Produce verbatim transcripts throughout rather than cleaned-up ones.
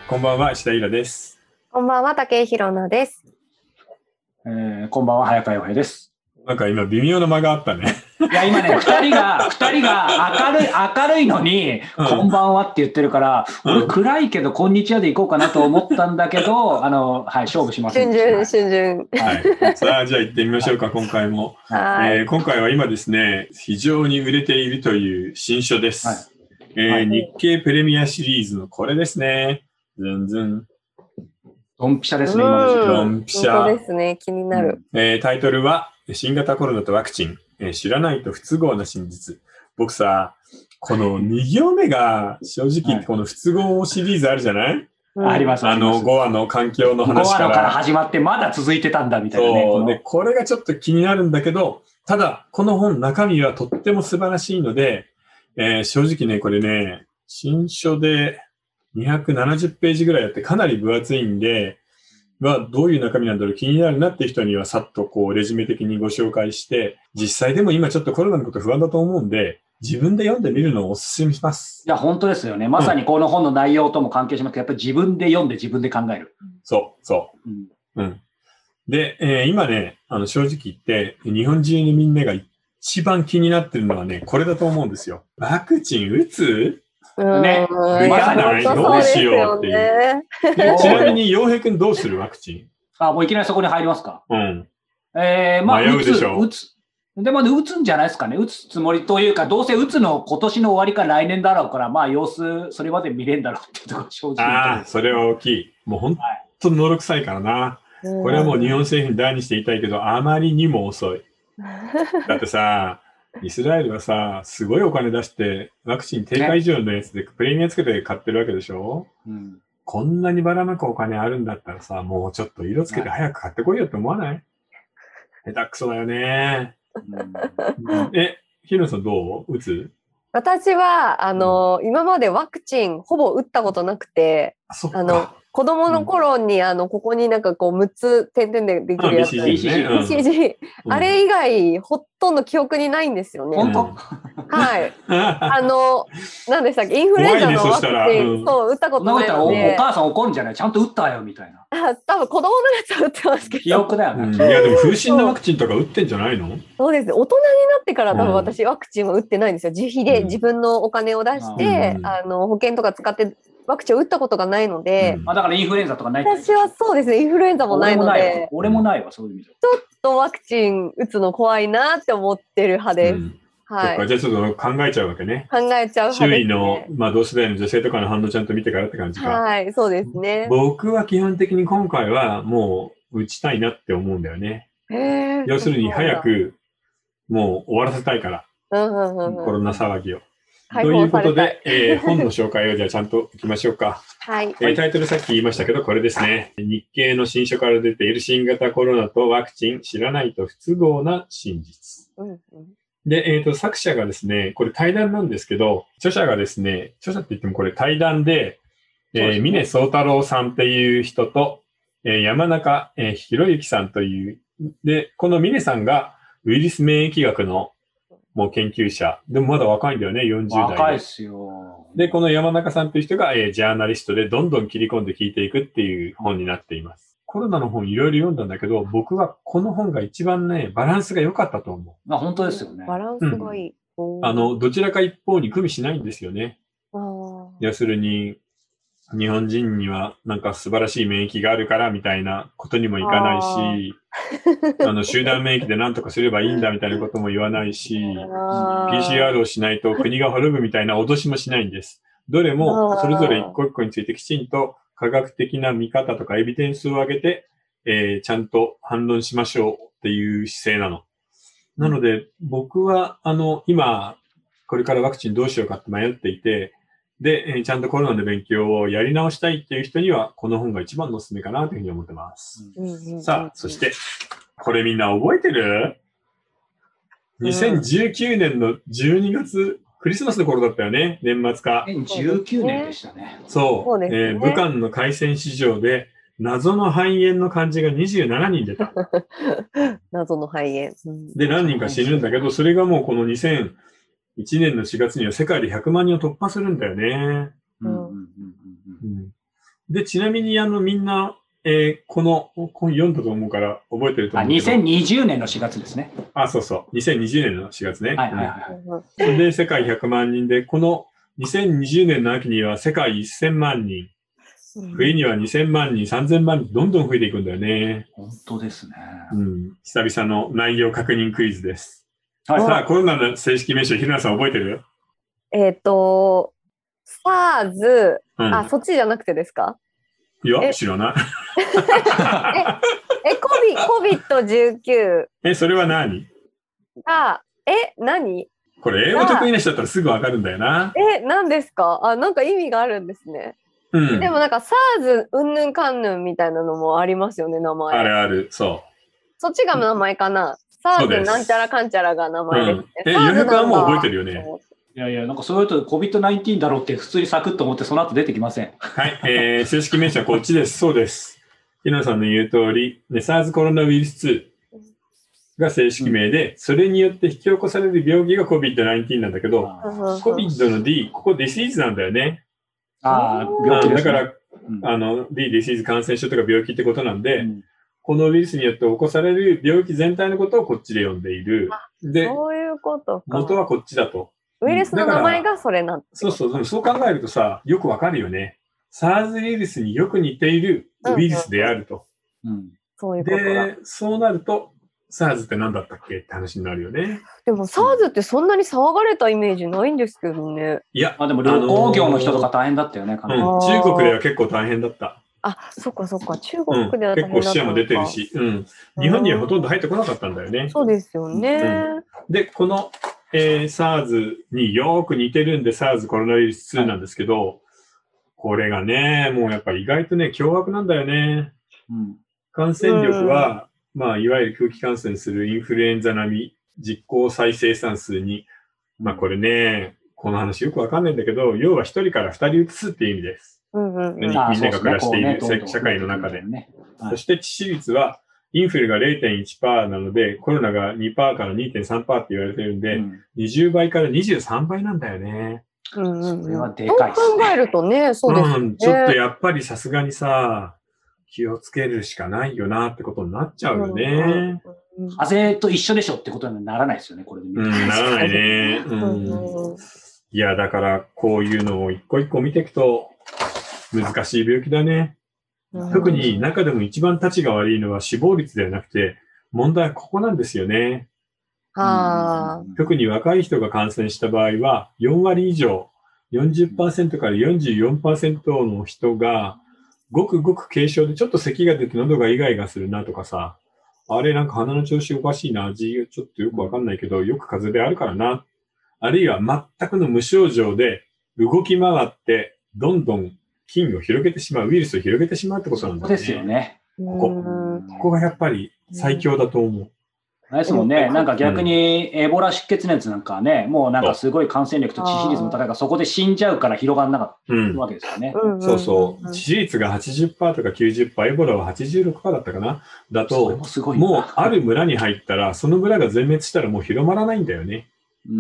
こんばんは、石田イラです。 こんばんは、竹井ひろなです。 えー、こんばんは、早川洋平です。 なんか今微妙な間があったね。 いや、今ね、二人が、二人が明るい、明るいのに、うん、こんばんはって言ってるから、うん、俺暗いけど、こんにちはで行こうかなと思ったんだけど、あの、はい、勝負します。 春巡、春巡。 はい。さあ、じゃあ行ってみましょうか、今回も。 はい、 えー、今回は今ですね、非常に売れているという新書です。はいえーはい、日経プレミアシリーズのこれですね。ずんずん。 ドンピシャですね、今の時期。 ドンピシャ。 本当ですね、気になる。 うんえー、タイトルは、新型コロナとワクチン、えー、知らないと不都合な真実。僕さ、このに行目が正直言ってこの不都合シリーズあるじゃない、 うん、あります。 あのごわの環境の話から。 ごわのから始まってまだ続いてたんだみたいなね。 そう。で、これがちょっと気になるんだけど、ただ、この本中身はとっても素晴らしいので、えー、正直ね、これね、新書でにひゃくななじゅっページぐらいあってかなり分厚いんで、はどういう中身なんだろう気になるなっていう人にはさっとこうレジュメ的にご紹介して、実際でも今ちょっとコロナのこと不安だと思うんで、自分で読んでみるのをお勧めします。 いや、本当ですよね。まさにこの本の内容とも関係しますけど、やっぱり自分で読んで自分で考える。 そう、そう。うん。うん、で、えー、今ね、あの正直言って、日本中のみんなが一番気になってるのはね、これだと思うんですよ。ワクチン打つね。 まさないどうしようっていう。ちなみに、洋平くんどうするワクチン？ あ、もういきなりそこに入りますか？ うん。 えー、まあ、 迷うでしょ。 打つ。でも、ね、打つんじゃないですかね。打つつもりというか、どうせ打つの今年の終わりか来年だろうから、まあ、様子、それまで見れんだろうっていうところ正直。 ああ、それは大きい。もう本当に能力臭いからな。はい、これはもう日本政府に大にして言いたいけど、あまりにも遅い。だってさ、イスラエルはさ、すごいお金出して、ワクチン定価以上のやつでプレミアつけて買ってるわけでしょ、ねうん、こんなにばらまくお金あるんだったらさ、もうちょっと色つけて早く買ってこいよって思わない？下手くそだよね。うん、え、ヒロさんどう？打つ？ 私は、あの、うん、今までワクチンほぼ打ったことなくて、 あ, あの、子供の頃に、あの、ここになんかこう、むっつ点々でできるやつ。 ビーシージー ね。 ビーシージー。あれ以外、ほとんど記憶にないんですよね。 本当？ はい。あの、何でしたっけインフルエンザのワクチン、ねうん、そう、打ったことないので。 お母さん怒るんじゃないちゃんと打ったよ、みたいな。 あ、多分子供のやつは打ってますけど。 記憶だよね、うん。 いや、でも風疹のワクチンとか打ってんじゃないの？ そうです。大人になってから多分私ワクチンは打ってないんですよ。自費で自分のお金を出して、うん、あの、保険とか使ってワクチンを打ったことがないので。 うん、あ、だからインフルエンザとかない。 私はそうですね。インフルエンザもないので。 俺もないわ、そういう意味で。 ちょっとワクチン打つの怖いなって思ってる派です。うんはい。じゃあちょっと考えちゃうわけね。 考えちゃう派ですね。 周囲の、まあ同世代の女性とかの反応ちゃんと見てからって感じか。 はい、そうですね。 僕は基本的に今回はもう打ちたいなって思うんだよね。 へー、 要するに早くもう終わらせたいから。 うんうんうんうん、 コロナ騒ぎを。ということで、えー、本の紹介をじゃあちゃんといきましょうか。 はい、 えー。タイトルさっき言いましたけど、これですね。日経の新書から出ている新型コロナとワクチン、知らないと不都合な真実。 うんうんで、えっと、作者がですね、これ対談なんですけど、著者がですね、著者って言ってもこれ対談で、えー、峰宗太郎さんっていう人と、えー、山中、えー、博之さんという、で、この峰さんがウイルス免疫学のもう研究者、でもまだ若いんだよね、よんじゅう代で。 若いっすよ。 で、この山中さんという人が、えー、ジャーナリストでどんどん切り込んで聞いていくっていう本になっています。コロナの本いろいろ読んだんだけど、僕はこの本が一番ね、バランスが良かったと思う。 まあ本当ですよね。 バランスがいい。 うん、あの、どちらか一方に組みしないんですよね。 あ要するに、日本人にはなんか素晴らしい免疫があるからみたいなことにもいかないし、あの、集団免疫で何とかすればいいんだみたいなことも言わないし、ピーシーアール をしないと国が滅ぶみたいな脅しもしないんです。どれもそれぞれ一個一個についてきちんと科学的な見方とかエビデンスを上げて、えー、ちゃんと反論しましょうっていう姿勢なの。なので、僕は、あの、今、これからワクチンどうしようかって迷っていて、で、えー、ちゃんとコロナの勉強をやり直したいっていう人には、この本が一番のおすすめかなというふうに思ってます。うんうんうん、さあ、そして、これみんな覚えてる？ にせんじゅうきゅう 年のじゅうにがつ、クリスマスの頃だったよね、年末か。 にせんじゅうきゅうねんでしたね。 そう。 そうですね、 えー、武漢の海鮮市場で、謎の肺炎の患者がにじゅうななにん出た。 謎の肺炎、うん。 で、何人か死ぬんだけど、それがもうこのにせんいちねんのしがつには世界でひゃくまんにんを突破するんだよね。うんうんうんうん、 で、ちなみにあのみんな、えー、この本読んだと思うから覚えてると思うけど。あ、 にせんにじゅうねんのしがつですね。 あ、そうそう。にせんにじゅうねんのしがつね。 はいはいはい。 で、世界ひゃくまんにんで、このにせんにじゅうねんの秋には世界せんまんにん。冬にはにせんまんにん、さんぜんまんにん、どんどん増えていくんだよね。 本当ですね。 うん。久々の内容確認クイズです。 はい。 さあ、コロナの正式名称、ひるなさん覚えてる？ えっと、SARS、 うん、 あ、そっちじゃなくてですか？ いや、知らない。 え、え、コビ、コビッドじゅうきゅう。 え、それは何？ が、え、何？ これ、英語得意な人だったらすぐわかるんだよな。 え、何ですか？あ、なんか意味があるんですね。うん、でもなんか SARS うんぬんかんぬんみたいなのもありますよね、名前。 あるある、そう。 そっちが名前かな。SARS なんちゃらかんちゃらが名前ですね。 うん、え、ヨネ君はもう覚えてるよね。 いやいや、なんかそういうと コビッドナインティーン だろうって普通にサクッと思ってその後出てきません。 はい、えー、正式名称はこっちです。そうです。ひなさんの言う通り、ね、SARS コロナウイルスにが正式名で、うん、それによって引き起こされる病気が コビッドナインティーン なんだけど、コビッド の D、ここ disease なんだよね。 ああ、病気ですね。 だから、うん、あの、D、disease 感染症とか病気ってことなんで、うん、このウイルスによって起こされる病気全体のことをこっちで呼んでいる。で、 そういうことか。 元はこっちだと。 ウイルスの名前がそれなんて。 そうそう、そう考えるとさ、よくわかるよね。SARS ウイルスによく似ているウイルスであると。 うんうんうん、そういうことだ。 で、そうなると、SARS って何だったっけって話になるよね。 でも SARS ってそんなに騒がれたイメージないんですけどね。 いや、 まあでも旅行業の人とか大変だったよね。 うん、中国では結構大変だった。 あ、そっかそっか、中国では大変だった、 うん、結構死者も出てるし、うん、日本にはほとんど入ってこなかったんだよね。 そうですよね。 うん、で、この、えー、SARS によく似てるんで SARS コロナウイルスになんですけど、はい、これがね、もうやっぱ意外とね、凶悪なんだよね。うん、感染力は、うん、まあ、いわゆる空気感染するインフルエンザ並み、実効再生産数に、まあこれね、この話よくわかんないんだけど、要は一人から二人移すっていう意味です。うんうんうん、みんなが暮らしている、ね、社会の中で。ねはい、そして致死率は、インフルが れいてんいちパーセント なので、コロナが にパーセント から にてんさんパーセント って言われてるんで、うん、にじゅうばいからにじゅうさんばいなんだよね。 うんうんうん、 それはでかいですね。そう考えるとね、そうですね。 うん、ちょっとやっぱりさすがにさ、気をつけるしかないよなってことになっちゃうよね。 うん、風邪と一緒でしょってことにならないですよね、これで見て。 うん、ならないね。うん、いや、だからこういうのを一個一個見ていくと難しい病気だね。特に中でも一番立ちが悪いのは死亡率ではなくて、問題はここなんですよね。 あ特に若い人が感染した場合は、よんわり以上、よんじゅっパーセント から よんじゅうよんパーセント の人が、ごくごく軽症でちょっと咳が出て喉がイガイガするなとかさ、あれなんか鼻の調子おかしいな、味がちょっとよくわかんないけど、よく風邪であるからな。あるいは全くの無症状で動き回って、どんどん菌を広げてしまう、ウイルスを広げてしまうってことなんだよね。 そうですよね。 ここ。ここがやっぱり最強だと思う。 あれですもんね、なんか逆にエボラ出血熱なんかはね、もうなんかすごい感染力と致死率も高いから、そこで死んじゃうから広がんなかったわけですよね。 うん、そうそう。致死率が はちじゅっパーセント とか きゅうじゅっパーセント、エボラは はちじゅうろくパーセント だったかな。だと、も, もうある村に入ったら、その村が全滅したらもう広まらないんだよね。うん、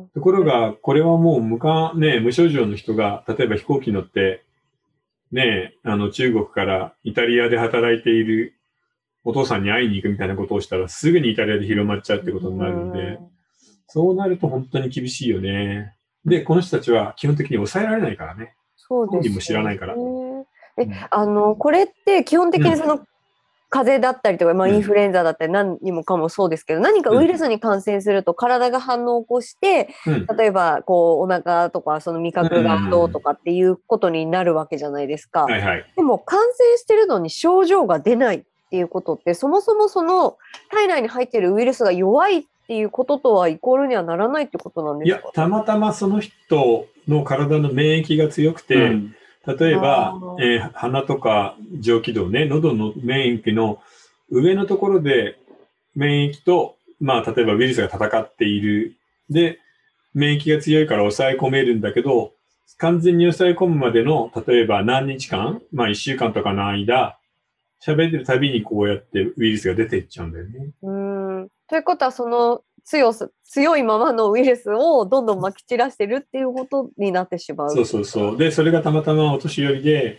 ところが、これはもう無か、ね、無症状の人が、例えば飛行機乗って、ね、あの中国からイタリアで働いているお父さんに会いに行くみたいなことをしたら、すぐにイタリアで広まっちゃうってことになるんで、そうなると本当に厳しいよね。で、この人たちは基本的に抑えられないからね。 そうですね。 本人も知らないから。 え、あの、これって基本的にその、うん、風邪だったりとか、まあ、インフルエンザだったり何にもかもそうですけど、うん、何かウイルスに感染すると体が反応を起こして、うん、例えばこうお腹とかその味覚がどうとかっていうことになるわけじゃないですか。 はいはい、 でも感染してるのに症状が出ないっていうことって、そもそもその体内に入っているウイルスが弱いっていうこととはイコールにはならないってことなんですか？ いや、たまたまその人の体の免疫が強くて、うん、例えば、えー、鼻とか上気道ね、喉の免疫の上のところで免疫と、まあ、例えばウイルスが戦っている。で、免疫が強いから抑え込めるんだけど、完全に抑え込むまでの、例えば何日間、まあいっしゅうかんとかの間、喋ってるたびにこうやってウイルスが出ていっちゃうんだよね。 うーん。ということは、その強さ、強いままのウイルスをどんどん撒き散らしてるっていうことになってしまう。 そうそうそう。で、それがたまたまお年寄りで、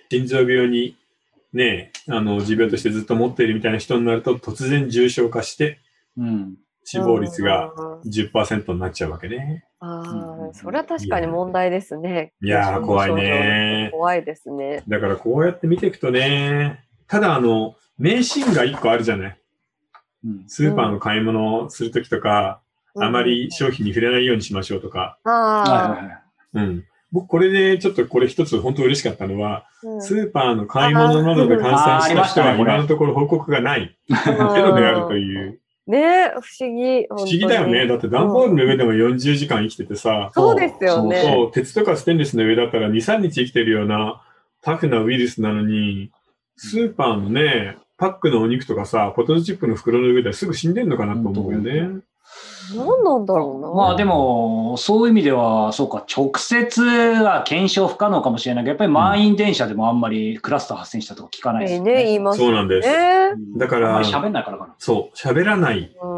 心臓病にね、あの、持病としてずっと持っているみたいな人になると、突然重症化して、うん、死亡率が じゅっパーセント になっちゃうわけね。 ああ、それは確かに問題ですね。 いやー、怖いね。 怖いですね。 だからこうやって見ていくとね、ただあの、迷信がいっこあるじゃない。うん、スーパーの買い物をするときとか、うん、あまり商品に触れないようにしましょうとか。うん、あうん。僕これでちょっとこれ一つ本当嬉しかったのは、うん、スーパーの買い物などで感染した人は今のところ報告がない。ゼロであるという。 ねえ、不思議。 不思議だよね。だって段ボールの上でもよんじゅうじかん生きててさ。 そうですよね。 そうそう。鉄とかステンレスの上だったらに、さんにち生きてるようなタフなウイルスなのに、スーパーのね、パックのお肉とかさ、ポテトチップの袋の上ですぐ死んでんのかなと思うよね。 何なんだろうな。 まあでも、そういう意味では、そうか、直接は検証不可能かもしれないけど、やっぱり満員電車でもあんまりクラスター発生したとか聞かないですよね。 ね、言いますね。 そうなんです。だから、 あんまり喋んないからかな。 そう、喋らない。うん、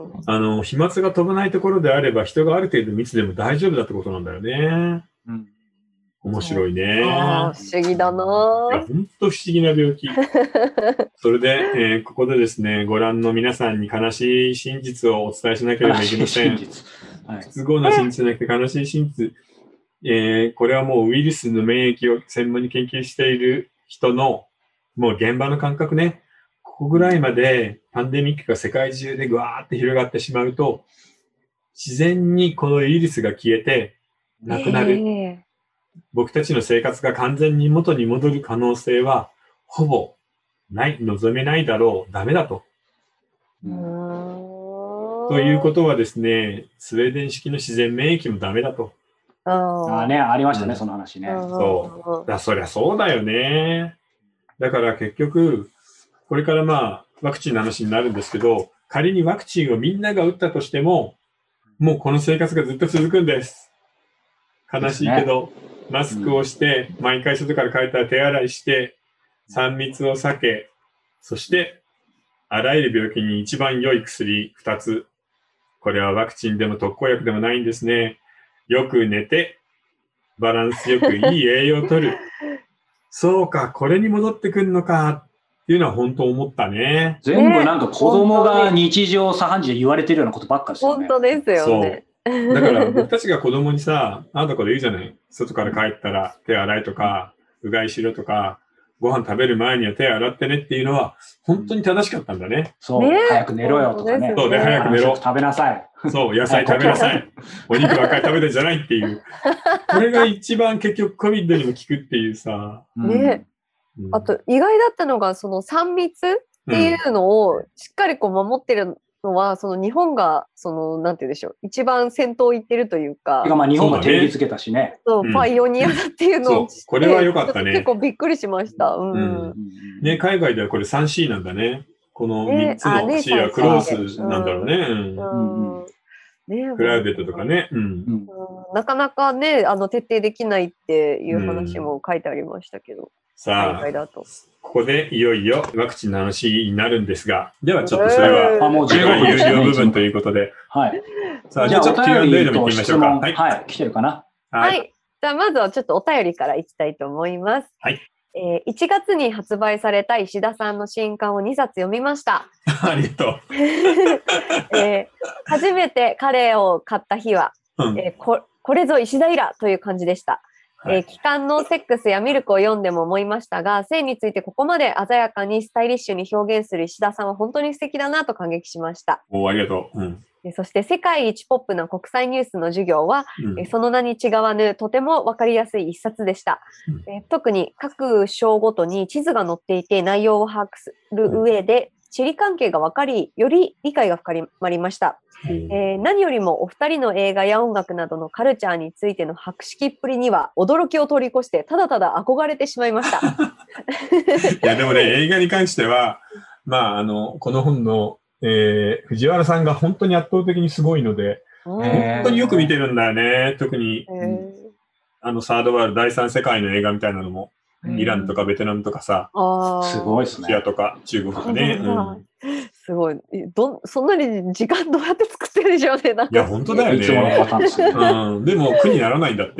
あの、飛沫が飛ばないところであれば、人がある程度密でも大丈夫だってことなんだよね。うん、面白いね。 ああ、不思議だな。 いや、本当不思議な病気。それで、えー、ここでですね、ご覧の皆さんに悲しい真実をお伝えしなければいけません。はい、不都合な真実じゃなくて悲しい真実。えー、これはもうウイルスの免疫を専門に研究している人の、もう現場の感覚ね。ここぐらいまでパンデミックが世界中でぐわーって広がってしまうと、自然にこのウイルスが消えて、なくなる。えー僕たちの生活が完全に元に戻る可能性はほぼない、望めないだろう、ダメだと。うーんということはですね、スウェーデン式の自然免疫もダメだと。 ああね、ありましたね、うん、その話ね。 そう。だそりゃそうだよね。だから結局、これからまあ、ワクチンの話になるんですけど、仮にワクチンをみんなが打ったとしても、もうこの生活がずっと続くんです。悲しいけど。マスクをして、うん、毎回外から帰ったら手洗いして、さん密を避け、そして、あらゆる病気に一番良い薬ふたつ。これはワクチンでも特効薬でもないんですね。よく寝て、バランスよくいい栄養を取る。そうか、これに戻ってくるのか、っていうのは本当思ったね。 全部なんか子供が日常茶飯事で言われてるようなことばっかですよね。 本当ですよね。 だから僕たちが子供にさ、あんたこれ言うじゃない。外から帰ったら手洗いとか、うがいしろとか、ご飯食べる前には手洗ってねっていうのは、本当に正しかったんだね。 そう、ね、早く寝ろよとかね。 そうで、早く寝ろ。 食べなさい。 そう、野菜食べなさい。お肉ばっかり食べてんじゃないっていう。これが一番結局コビッドにも効くっていうさ。 ね、うん、あと意外だったのが、そのさん密っていうのをしっかりこう守ってるのは、その日本が、その、なんて言うんでしょう、一番先頭を行ってるというか。 てかまあ日本が定義づけたしね。 そう、パイオニアだっていうのを、うん、 そう、これは良かったね。 結構びっくりしました。うん。うん、 ね、海外ではこれ スリーシー なんだね。このみっつの C はクロースなんだろうね。うんうんね、クラウデットとかね、うんうん。 なかなかね、あの、徹底できないっていう話も書いてありましたけど。 さあ、ここでいよいよワクチンの話になるんですが、ではちょっとそれは、えー、あもうじゅうごふん有料部分ということで。 はい。 さあ、じゃあちょっと キューアンドエー でも行ってみましょうか。 はい。はい、来てるかな。 はい。はい、じゃあまずはちょっとお便りからいきたいと思います。 はい。 えー、いちがつに発売された石田さんの新刊をにさつ読みました。 ありがとう。 えー、初めて彼を買った日は、うんえーこ、これぞ石田イラという感じでした。えー、期間のセックスやミルクを読んでも思いましたが、性についてここまで鮮やかにスタイリッシュに表現する石田さんは本当に素敵だなと感激しました。 おー、ありがとう。うん、 そして世界一ポップな国際ニュースの授業は、うん、その名に違わぬとても分かりやすい一冊でした。うん、特に各章ごとに地図が載っていて内容を把握する上で、地理関係が分かり、より理解が深まりました。うん、えー、何よりもお二人の映画や音楽などのカルチャーについての博識っぷりには驚きを通り越してただただ憧れてしまいました。 いやでもね、映画に関しては、まあ、あの、この本の、えー、藤原さんが本当に圧倒的にすごいので、本当によく見てるんだよね。特に、あの、サードワールド、第三世界の映画みたいなのも。イランとかベトナムとかさ、 すごいですね。 ロシアとか中国とかね。うん、 すごい。どそんなに時間どうやって作ってるんでしょうね。 いや、本当だよね。 いつものパターンですね。 うん。でも苦にならないんだって。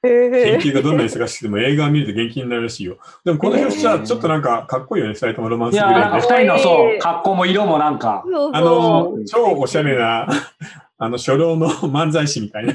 研究がどんなに忙しくても映画を見ると元気になるらしいよ。でもこの表紙はちょっとなんかかっこいいよね、ふたりともロマンスグレーで。 いや、なんかふたりのそう、格好も色もなんか。 そうそうあの、超おしゃれな、あの、初老の漫才師みたいな。 い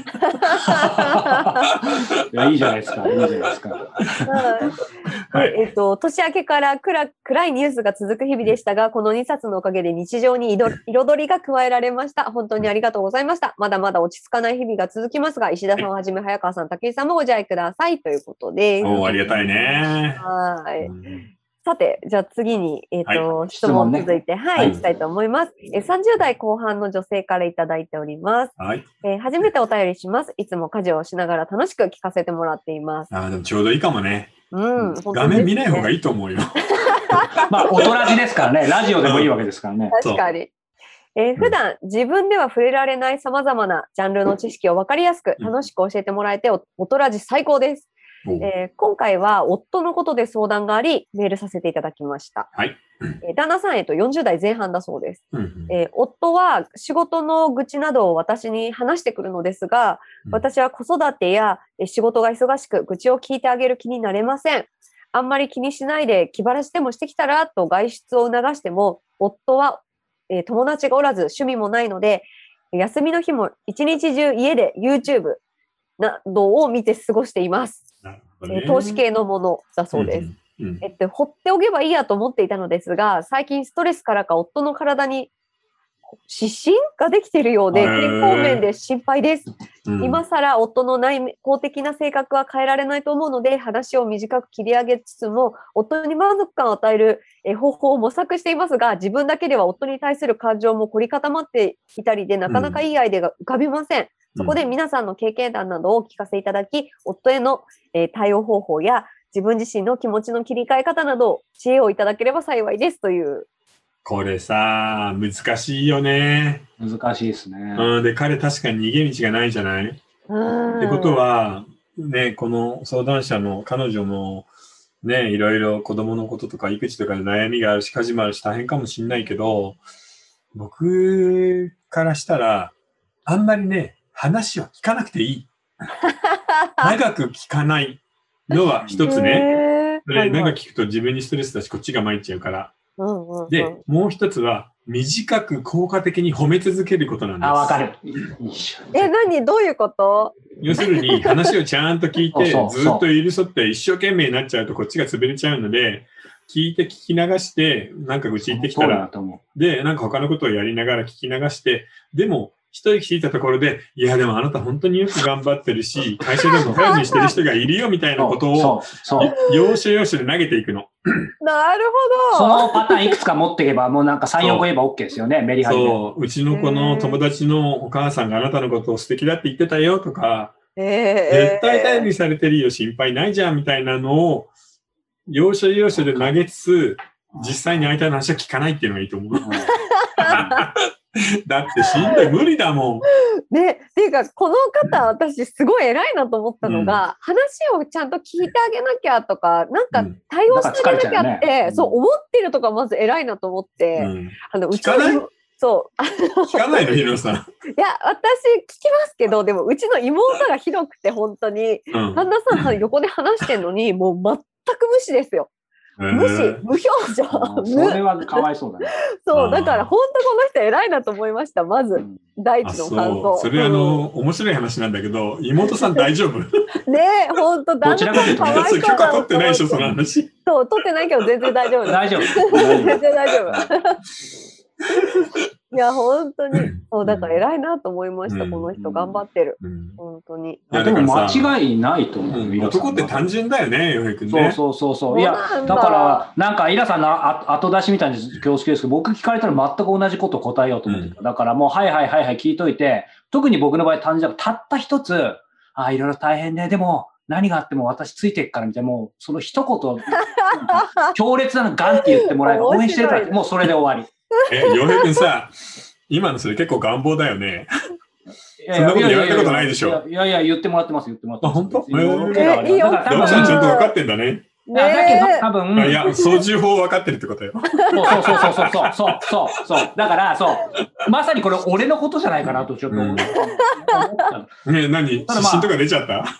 や、いいじゃないですか、いいじゃないですか。 はい、えっと、年明けから暗暗いニュースが続く日々でしたが、このにさつのおかげで日常に彩りが加えられました。本当にありがとうございました。まだまだ落ち着かない日々が続きますが、石田さんをはじめ早川さん、武井さんもご自愛くださいということで。 おー、ありがたいね。 はい。 うんさて、じゃあ次に、えっ、ー、と、はい、質問続いて、ね、はい、はい、いきたいと思います。えさんじゅう代後半の女性からいただいております。 はい。 えー、初めてお便りします。いつも家事をしながら楽しく聞かせてもらっています。 ああ、でもちょうどいいかもね。 うん、 ね、画面見ない方がいいと思うよ。 まあ、音ラジですからね。ラジオでもいいわけですからね。 確かに。えー、普段、うん、自分では触れられない様々なジャンルの知識を分かりやすく楽しく教えてもらえて、音ラジ最高です。えー、今回は夫のことで相談があり、メールさせていただきました。 はい。 えー、旦那さんへとよんじゅう代前半だそうです。 うんうんえー、夫は仕事の愚痴などを私に話してくるのですが、うん、私は子育てや仕事が忙しく愚痴を聞いてあげる気になれません。あんまり気にしないで気晴らしでもしてきたらと外出を促しても、夫は、えー、友達がおらず趣味もないので、休みの日も一日中家で YouTube などを見て過ごしています。ね、投資系のものだそうです、うんうん。えっと、放っておけばいいやと思っていたのですが、最近ストレスからか夫の体に湿疹ができているようで、健康面で心配です。うん、今更夫の内向的な性格は変えられないと思うので、話を短く切り上げつつも、夫に満足感を与える方法を模索していますが、自分だけでは夫に対する感情も凝り固まっていたりで、なかなかいいアイデアが浮かびません。うん、そこで皆さんの経験談などをお聞かせいただき、夫への対応方法や自分自身の気持ちの切り替え方など知恵をいただければ幸いですという。 これさ、難しいよね。 難しいですね。 うん、で、彼確かに逃げ道がないじゃない。ってことは、ね、この相談者の彼女も、ね、いろいろ子供のこととか育児とかで悩みがあるし、家事もあるし大変かもしれないけど、僕からしたら、あんまりね、話を聞かなくていい。長く聞かないのは一つね。それ長く聞くと自分にストレスだし、こっちが参っちゃうから。 うんうんうん、 で、もう一つは、短く効果的に褒め続けることなんです。 あ、わかる。 え、何どういうこと？ 要するに、話をちゃんと聞いて、ずっと寄り添って一生懸命になっちゃうと、こっちが潰れちゃうので、聞いて聞き流して、なんか愚痴言ってきたら、で、なんか他のことをやりながら聞き流して、でも、一息ついたところで、いやでもあなた本当によく頑張ってるし、会社でも頼りにしてる人がいるよみたいなことを、要所要所で投げていくの。 なるほど。そのパターンいくつか持っていけば、もうなんかさん、よんこ言えば OK ですよね、メリハリで。 そう、うちの子の友達のお母さんがあなたのことを素敵だって言ってたよとか、絶対頼りにされてるよ、心配ないじゃんみたいなのを、要所要所で投げつつ、実際に相手の話は聞かないっていうのがいいと思う。だってしんどい、無理だもん。 ね、っていうか、この方、私すごい偉いなと思ったのが、うん、話をちゃんと聞いてあげなきゃとか、なんか対応してあげなきゃって、うんね、そう思ってるとかまず偉いなと思って、うん、あのうちのそう。 聞かないの、ひろさん。いや、私聞きますけど、でもうちの妹がひどくて、本当に、うん、旦那さん横で話してんのに、もう全く無視ですよ。無視、無表情。 それはかわいそうだね。 そう、だから本当この人偉いなと思いました。まず、うん、第一の感想。 そ, それあの、うん、面白い話なんだけど、妹さん大丈夫？ ねえ、本当旦那さんかわいそうだ許可取ってないでしょ、その話。 そう、取ってないけど全然大丈夫。 大丈夫。 全然大丈夫。いや、本当に。そう、だから偉いなと思いました。うん、この人頑張ってる。うん、本当に。いや、でも間違いないと思う。うん、 男って単純だよね、よへくんね。 そうそうそうそう。いや、だから、なんか、イラさんの後出しみたいに恐縮ですけど、僕聞かれたら全く同じこと答えようと思ってた。うん、だからもう、はいはいはいはい聞いといて、特に僕の場合単純だたった一つ、ああ、いろいろ大変ね。でも、何があっても私ついてっからみたいな、もう、その一言、強烈なのガンって言ってもらえば、応援してるから、もうそれで終わり。 え、洋平くんさ、今のそれ結構願望だよね。そんなこと言われたことないでしょ。 いやいや、言ってもらってます、言ってもらってます。 あ、本当？ えー、いいよ。 ヨコさんちゃんと分かってんだね。 だけど、多分。 いや、操縦法分かってるってことよ。 そうそうそうそうそうそうそうそうそう。だから、そう。まさにこれ俺のことじゃないかなとちょっと思った。 ね、何？湿疹とか出ちゃった？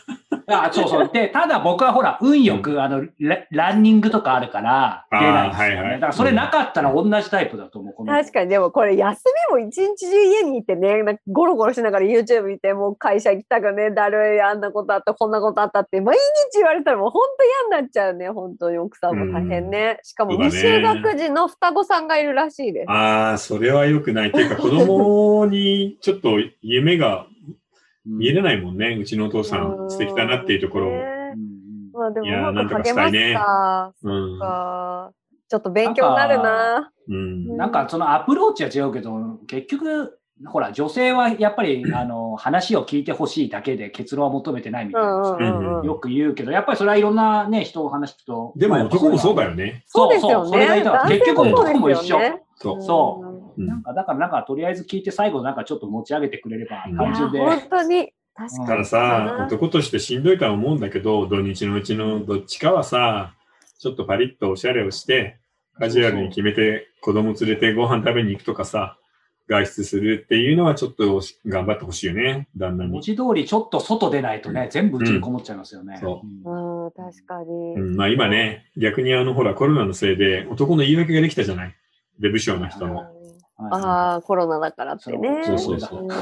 あ、そうそう。で、ただ僕はほら、運よく、うん、あのラ、ランニングとかあるから出ないんですよね。はいはい、だからそれなかったら同じタイプだと思う。この確かに、でもこれ休みも一日中家にいてね、なんかゴロゴロしながら YouTube 見て、もう会社行きたくね、だるい、あんなことあった、こんなことあったって、毎日言われたらもう本当嫌になっちゃうね、本当に奥さんも大変ね。うん、しかも未就学児の双子さんがいるらしいです。 ああ、それは良くない。っていうか子供にちょっと夢が見えれないもんね。うちのお父さん素敵だなっていうところを。 まあでもいや、なんとかしたいね。うん、ちょっと勉強になるな。 うん、なんかそのアプローチは違うけど、結局、ほら、女性はやっぱり、あの、話を聞いてほしいだけで結論は求めてないみたいな、よく言うけど、やっぱりそれはいろんなね、人を話聞くと。 でも男もそうだよね。 そうそう、 それがいいと。結局男も一緒。 そう。 そう。なんか、だからなんか、とりあえず聞いて最後なんかちょっと持ち上げてくれれば、単純で。 本当に。確かに。 だからさ、男としてしんどいとは思うんだけど、土日のうちのどっちかはさ、ちょっとパリッとおしゃれをして、カジュアルに決めて子供連れてご飯食べに行くとかさ、外出するっていうのはちょっと頑張ってほしいよね、旦那に。 文字通りちょっと外出ないとね、うん、全部うちにこもっちゃいますよね。 うん、そう。うん、確かに。 うん、まあ今ね、逆にあのほらコロナのせいで男の言い訳ができたじゃない。デブ賞の人の。 ああ、コロナだからってね。 そうそうそう。い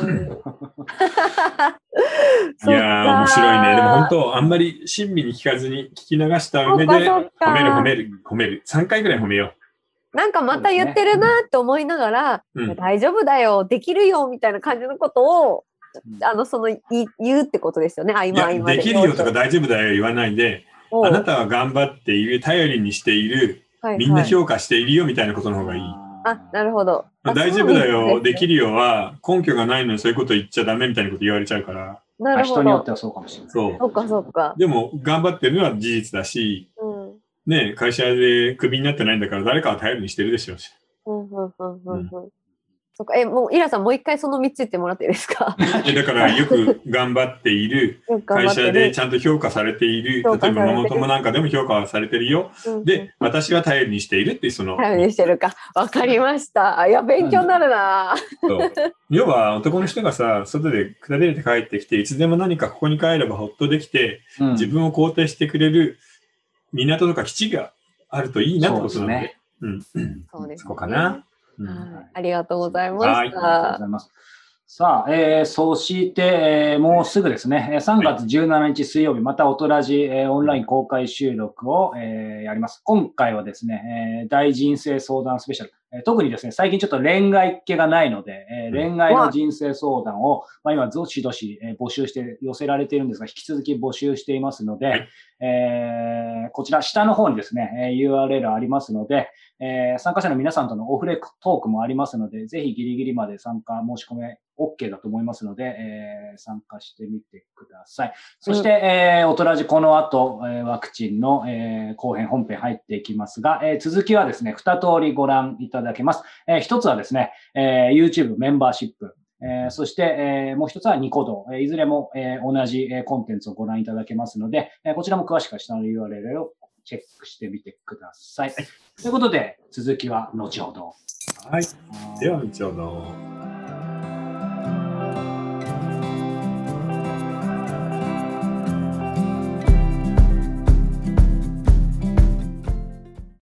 やー、面白いね。でも本当、あんまり親身に聞かずに聞き流した上で、褒める褒める褒める。さんかいぐらい褒めよう。なんかまた言ってるなって思いながら、ね、大丈夫だよ、できるよみたいな感じのことを、うん、あのそのい言うってことですよね。合間合間で。できるよとか大丈夫だよ言わないで、あなたは頑張っている、頼りにしている、はいはい、みんな評価しているよみたいなことの方がいい。 あ、なるほど。 大丈夫だよ、できるよは根拠がないのにそういうこと言っちゃダメみたいなこと言われちゃうから。 なるほど。 人によってはそうかもしれない。 そう。 そうかそうか。 でも頑張ってるのは事実だし、うん、ね、会社でクビになってないんだから誰かは頼りにしてるでしょうし。 うんうんうんうんうん。そっか、え、もうイラさんもう一回そのみっつ言ってもらっていいですか？ だからよく頑張っている、会社でちゃんと評価されている、例えばママ友なんかでも評価されてるよ。うん、で、私は頼りにしているっていうその。 頼りにしてるか。わかりました。いや、勉強になるな。 そう要は男の人がさ、外で下りれて帰ってきて、いつでも何かここに帰ればほっとできて、うん、自分を肯定してくれる港とか基地があるといいなってことなんで。 ね、 うん。 そうですね。 そこかな。 うん、ありがとうございました。はい、ありがとうございます。 さあ、えー、そして、えー、もうすぐですね、さんがつじゅうしちにち水曜日、またオトラジ、えー、オンライン公開収録を、えー、やります。今回はですね、えー、大人生相談スペシャル。えー、特にですね、最近ちょっと恋愛っ気がないので、えー、恋愛の人生相談を、まあ、今、どしどし、えー、募集して寄せられているんですが、引き続き募集していますので、はい、えー、こちら下の方にですね、ユーアールエル ありますので、えー、参加者の皆さんとのオフレコトークもありますので、ぜひギリギリまで参加申し込め OK だと思いますので、えー、参加してみてください。そして、うん、えー、オトラジこの後、えー、ワクチンの、えー、後編本編入っていきますが、えー、続きはですね、二通りご覧いただけます。えー、一つはですね、えー、YouTube メンバーシップ。えー、そして、えー、もう一つはニコ動、えー。いずれも、えー、同じ、えー、コンテンツをご覧いただけますので、えー、こちらも詳しくは下の ユーアールエル をチェックしてみてください。ということで、続きは後ほど。 はい。では、後ほど。